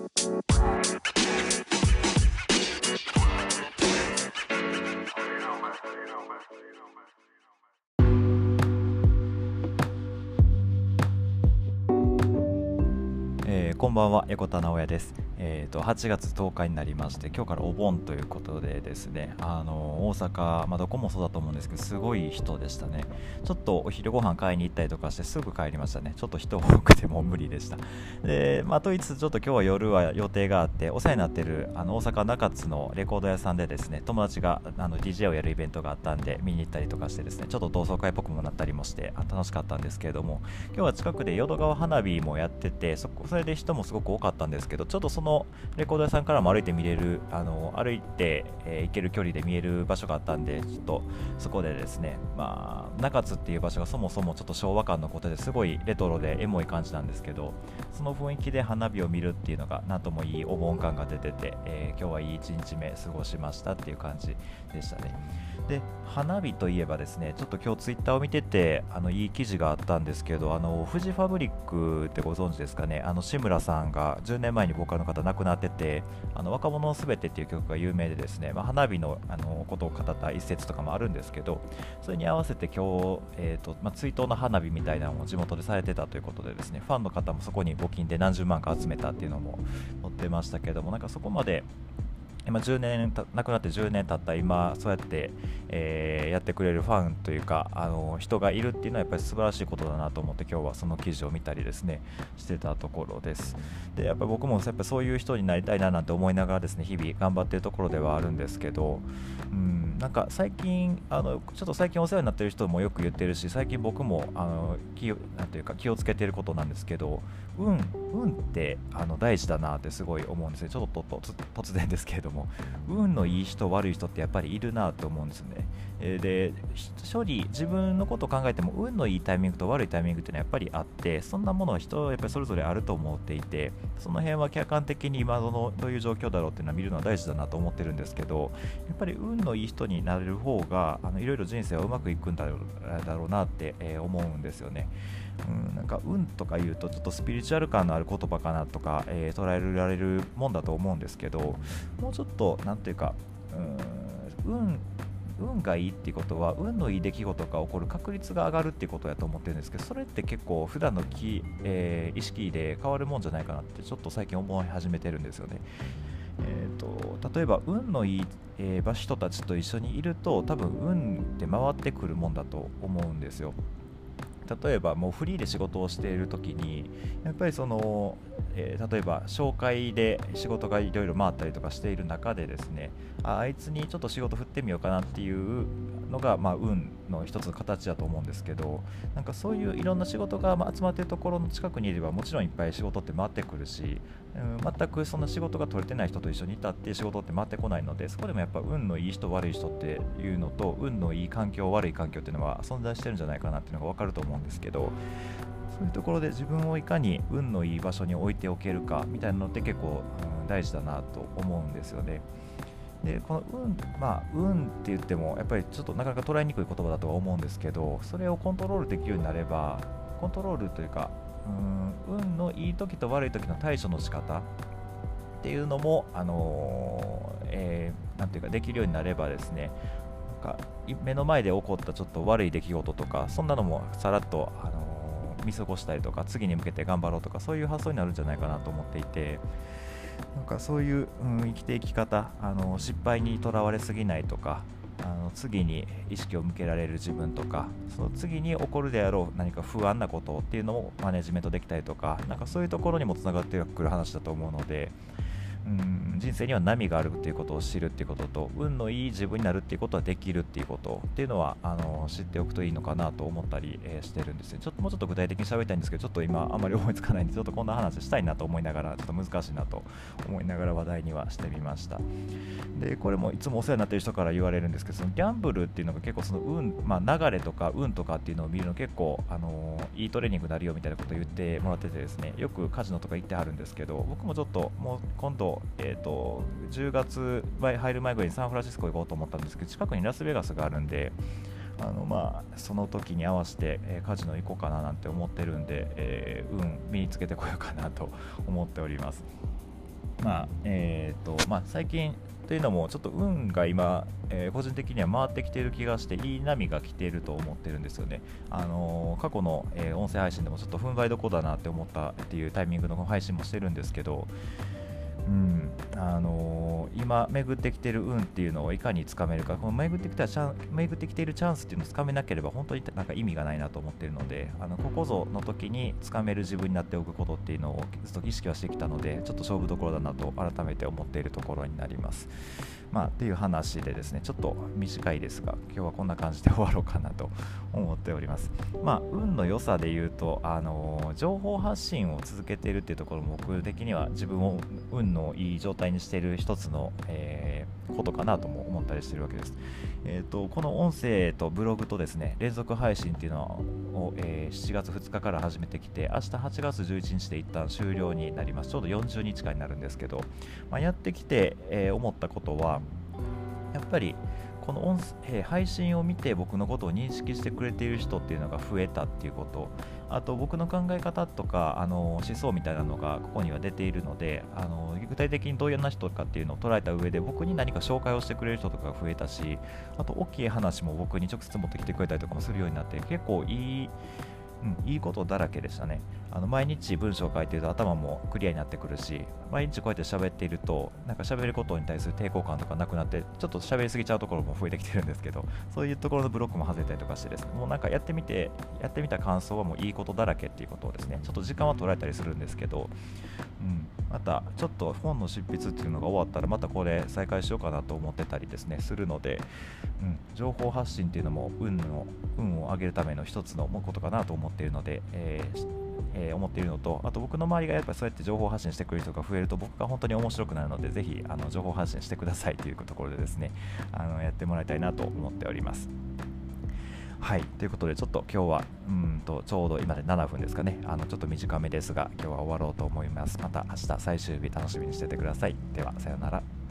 こんばんは、横田直也です。8月10日になりまして、今日からお盆ということでですね、大阪、どこもそうだと思うんですけど、すごい人でしたね。ちょっとお昼ご飯買いに行ったりとかして、すぐ帰りましたね。ちょっと人多くてもう無理でした。で、と言いつつ、ちょっと今日は夜は予定があって、お世話になってる大阪中津のレコード屋さんでですね、友達がDJ をやるイベントがあったんで、見に行ったりとかしてですね、ちょっと同窓会っぽくもなったりもして、楽しかったんですけれども、今日は近くで淀川花火もやってて、それで人もすごく多かったんですけど、ちょっとそのレコード屋さんからも歩いて見れる、歩いて、行ける距離で見える場所があったんで、ちょっとそこでですね、中津っていう場所がそもそもちょっと昭和感のことですごいレトロでエモい感じなんですけど、その雰囲気で花火を見るっていうのがなんともいいお盆感が出てて、今日はいい1日目過ごしましたっていう感じでしたね。で、花火といえばですね、ちょっと今日ツイッターを見てていい記事があったんですけど、フジファブリックってご存知ですかね。志村さんが10年前にボーカルの方亡くなってて、若者のすべてっていう曲が有名でですね、花火のことを語った一節とかもあるんですけど、それに合わせて今日、追悼の花火みたいなのを地元でされてたということでですね、ファンの方もそこに募金で何十万か集めたっていうのも載ってましたけども、なんかそこまで10年亡くなって10年経った今そうやって、やってくれるファンというか人がいるっていうのはやっぱり素晴らしいことだなと思って、今日はその記事を見たりですねしてたところです。で、やっぱり僕もやっぱそういう人になりたいななんて思いながらですね、日々頑張っているところではあるんですけど、なんか最近ちょっと最近お世話になっている人もよく言ってるし、最近僕もなんていうか気をつけていることなんですけど、運って大事だなってすごい思うんですね。ちょっと突然ですけれども、運のいい人悪い人ってやっぱりいるなと思うんですね。で、処理自分のことを考えても運のいいタイミングと悪いタイミングっていうのはやっぱりあって、そんなものは人はやっぱりそれぞれあると思っていて、その辺は客観的に今どういう状況だろうっていうのは見るのは大事だなと思ってるんですけど、やっぱり運のいい人になれる方がいろいろ人生はうまくいくんだろうなって、思うんですよね。なんか運とか言うとちょっとスピリチュアル感のある言葉かなとか、捉えられるもんだと思うんですけど、もうちょっとなんていうか、運がいいっていうことは運のいい出来事が起こる確率が上がるっていうことだと思ってるんですけど、それって結構普段の意識で変わるもんじゃないかなってちょっと最近思い始めてるんですよね。例えば運のいい、人たちと一緒にいると多分運って回ってくるもんだと思うんですよ。例えばもうフリーで仕事をしている時にやっぱり例えば紹介で仕事がいろいろ回ったりとかしている中でですね、あいつにちょっと仕事振ってみようかなっていうのが、運の一つの形だと思うんですけど、なんかそういういろんな仕事が集まっているところの近くにいればもちろんいっぱい仕事って回ってくるし、全くそんな仕事が取れてない人と一緒にいたって仕事って回ってこないので、そこでもやっぱ運のいい人悪い人っていうのと運のいい環境悪い環境っていうのは存在してるんじゃないかなっていうのが分かると思うんですけど、そういうところで自分をいかに運のいい場所に置いておけるかみたいなのって結構、大事だなと思うんですよね。で、この運って言ってもやっぱりちょっとなかなか捉えにくい言葉だとは思うんですけど、それをコントロールできるようになれば、コントロールというか、運のいい時と悪い時の対処の仕方っていうのも、なんていうかできるようになればですね、なんか目の前で起こったちょっと悪い出来事とか、そんなのもさらっと、見過ごしたりとか、次に向けて頑張ろうとか、そういう発想になるんじゃないかなと思っていて、なんかそういう、生きていき方、失敗にとらわれすぎないとか、次に意識を向けられる自分とか、その次に起こるであろう何か不安なことっていうのをマネジメントできたりとか、なんかそういうところにもつながってくる話だと思うので、人生には波があるっていうことを知るっていうことと、運のいい自分になるっていうことはできるっていうことっていうのは知っておくといいのかなと思ったり、してるんですね。もうちょっと具体的に喋りたいんですけど、ちょっと今あんまり思いつかないんで、ちょっとこんな話したいなと思いながら、ちょっと難しいなと思いながら話題にはしてみました。で、これもいつもお世話になっている人から言われるんですけど、そのギャンブルっていうのが結構その流れとか運とかっていうのを見るの結構いいトレーニングになるよみたいなことを言ってもらっててですね、よくカジノとか行ってはるんですけど、僕もちょっともう今度10月入る前ぐらいにサンフランシスコ行こうと思ったんですけど、近くにラスベガスがあるんで、その時に合わせて、カジノ行こうかななんて思ってるんで、身につけてこようかなと思っております。 最近というのもちょっと運が今、個人的には回ってきている気がして、いい波が来ていると思ってるんですよね。過去の、音声配信でもちょっと踏ん張りどこだなって思ったっていうタイミングの配信もしてるんですけど、今巡ってきてる運っていうのをいかにつかめるか、この巡ってきているチャンスっていうのをつかめなければ本当になんか意味がないなと思っているので、ここぞの時につかめる自分になっておくことっていうのをずっと意識はしてきたので、ちょっと勝負どころだなと改めて思っているところになります。っていう話でですね、ちょっと短いですが、今日はこんな感じで終わろうかなと思っております。運の良さで言うと、情報発信を続けているっていうところも僕的には自分を運のいい状態にしている一つの、ことかなとも思ったりしているわけです。この音声とブログとですね、連続配信っていうのを、7月2日から始めてきて、明日8月11日で一旦終了になります。ちょうど40日間になるんですけど、やってきて、思ったことは、やっぱりこの配信を見て僕のことを認識してくれている人っていうのが増えたっていうこと、あと僕の考え方とか思想みたいなのがここには出ているので、具体的にどういうような人かっていうのを捉えた上で僕に何か紹介をしてくれる人とかが増えたし、あと大きい話も僕に直接持ってきてくれたりとかもするようになって、結構いいことだらけでしたね。毎日文章を書いていると頭もクリアになってくるし、毎日こうやって喋っているとなんか喋ることに対する抵抗感とかなくなって、ちょっと喋りすぎちゃうところも増えてきてるんですけど、そういうところのブロックも外れたりとかしてですね、もうなんかやってみた感想はもういいことだらけっていうことをですね、ちょっと時間は取られたりするんですけど、またちょっと本の執筆っていうのが終わったらまたこれ再開しようかなと思ってたりですねするので、情報発信っていうのも運を上げるための一つのことかなと思っているので、思っているのと、あと僕の周りがやっぱりそうやって情報発信してくれる人が増えると僕が本当に面白くなるので、ぜひ情報発信してくださいというところでですね、やってもらいたいなと思っております。はい、ということでちょっと今日はちょうど今で7分ですかね、ちょっと短めですが今日は終わろうと思います。また明日最終日楽しみにしててください。ではさようなら。